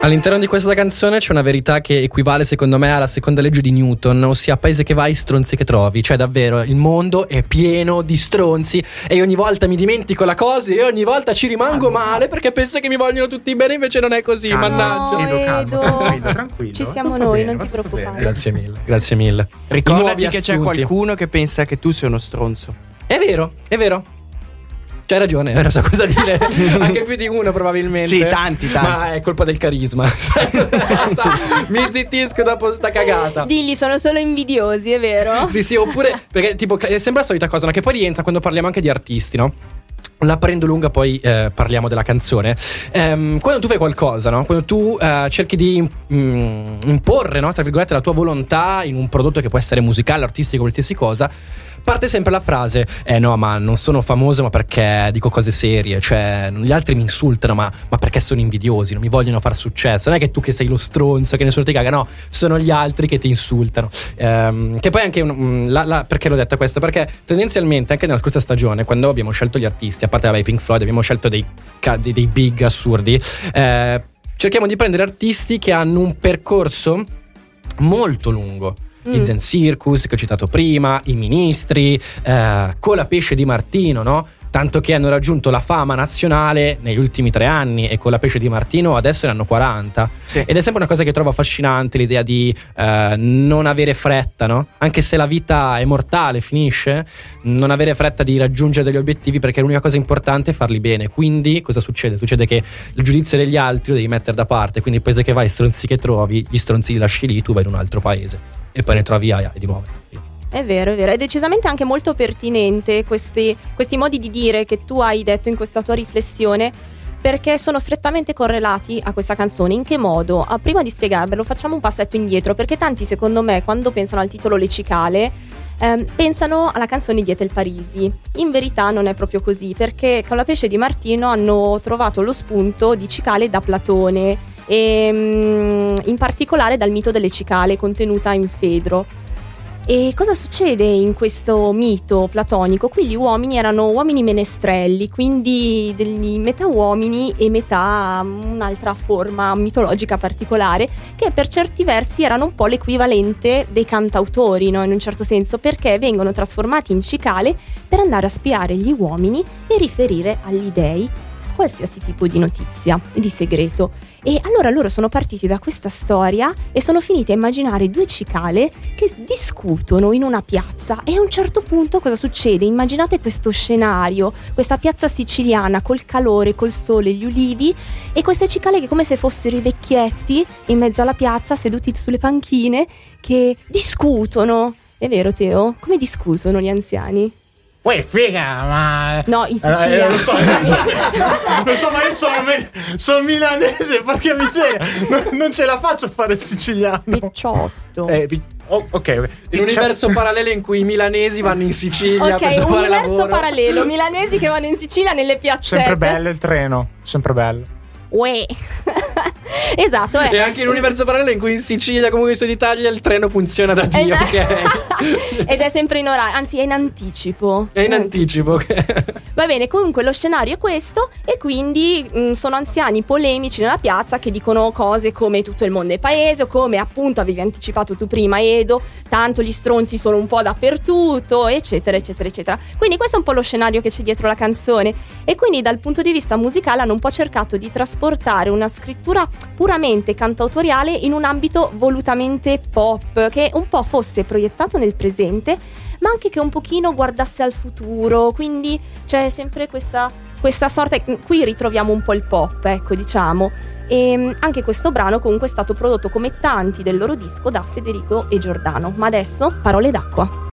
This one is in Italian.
All'interno di questa canzone c'è una verità che equivale secondo me alla seconda legge di Newton, ossia paese che vai, stronzi che trovi. Cioè davvero il mondo è pieno di stronzi e io ogni volta mi dimentico la cosa e ogni volta ci rimango male perché penso che mi vogliono tutti bene, invece non è così, mannaggia. Edo, tranquillo. Ci siamo noi, non ti preoccupare. Grazie mille. Ricordati che c'è qualcuno che pensa che tu sia uno stronzo. È vero. C'hai ragione, non so cosa dire. Anche più di uno probabilmente. Sì, tanti. Ma è colpa del carisma. Mi zittisco dopo sta cagata. Digli, sono solo invidiosi, è vero? Sì, oppure perché tipo sembra la solita cosa, no? Che poi rientra quando parliamo anche di artisti, no? La prendo lunga, poi parliamo della canzone. Quando tu fai qualcosa, no? Quando tu cerchi di imporre, no? Tra virgolette, la tua volontà in un prodotto che può essere musicale, artistico, qualsiasi cosa, parte sempre la frase: no, ma non sono famoso, ma perché dico cose serie. Cioè, gli altri mi insultano, ma perché sono invidiosi, non mi vogliono far successo. Non è che tu che sei lo stronzo, che nessuno ti caga, no, sono gli altri che ti insultano. Che poi anche perché l'ho detta questa? Perché tendenzialmente anche nella scorsa stagione, quando abbiamo scelto gli artisti, a parte i Pink Floyd, abbiamo scelto dei big assurdi, cerchiamo di prendere artisti che hanno un percorso molto lungo. I Zen Circus che ho citato prima, i Ministri, Colapesce Di Martino, no? Tanto che hanno raggiunto la fama nazionale negli ultimi 3 anni e Colapesce Di Martino adesso ne hanno 40. Sì. Ed è sempre una cosa che trovo affascinante, l'idea di non avere fretta, no? Anche se la vita è mortale, finisce, non avere fretta di raggiungere degli obiettivi, perché l'unica cosa importante è farli bene. Quindi cosa succede? Succede che il giudizio degli altri lo devi mettere da parte, quindi il paese che vai, stronzi che trovi, gli stronzi li lasci lì, tu vai in un altro paese e poi ne trovi di nuovo. È vero, è decisamente anche molto pertinente questi modi di dire che tu hai detto in questa tua riflessione, perché sono strettamente correlati a questa canzone. In che modo? Prima di spiegarvelo facciamo un passetto indietro, perché tanti secondo me quando pensano al titolo Le Cicale pensano alla canzone di Ethel Parisi. In verità non è proprio così, perché Colapesce Di Martino hanno trovato lo spunto di cicale da Platone e in particolare dal mito delle cicale contenuta in Fedro. E cosa succede in questo mito platonico? Qui gli uomini erano uomini menestrelli, quindi degli metà uomini e metà un'altra forma mitologica particolare, che per certi versi erano un po' l'equivalente dei cantautori, no? In un certo senso, perché vengono trasformati in cicale per andare a spiare gli uomini e riferire agli dei qualsiasi tipo di notizia, di segreto. E allora loro sono partiti da questa storia e sono finiti a immaginare 2 cicale che discutono in una piazza. E a un certo punto cosa succede? Immaginate questo scenario, questa piazza siciliana col calore, col sole, gli ulivi, e queste cicale che come se fossero i vecchietti in mezzo alla piazza seduti sulle panchine che discutono. È vero, Teo? Come discutono gli anziani? Uè, figa, ma... No, in Sicilia. Lo so, ma io sono milanese, porca miseria. Non ce la faccio a fare il siciliano. Picciotto. Ok. In un universo parallelo in cui i milanesi vanno in Sicilia per trovare lavoro. Universo parallelo, milanesi che vanno in Sicilia nelle piazzette. Sempre bello il treno, sempre bello. Uè. Esatto, E anche in un universo parallelo in cui in Sicilia, comunque in Sud Italia, il treno funziona da Dio, ok? Ed è sempre in orario, anzi è in anticipo. È in anticipo, ok. Va bene, comunque lo scenario è questo, e quindi sono anziani polemici nella piazza che dicono cose come tutto il mondo è paese, o come appunto avevi anticipato tu prima, Edo, tanto gli stronzi sono un po' dappertutto, eccetera eccetera eccetera. Quindi questo è un po' lo scenario che c'è dietro la canzone, e quindi dal punto di vista musicale hanno un po' cercato di trasportare una scrittura puramente cantautoriale in un ambito volutamente pop, che un po' fosse proiettato nel presente ma anche che un pochino guardasse al futuro. Quindi c'è sempre questa sorta, qui ritroviamo un po' il pop, ecco, diciamo. E anche questo brano comunque è stato prodotto come tanti del loro disco da Federico e Giordano. Ma adesso parole d'acqua.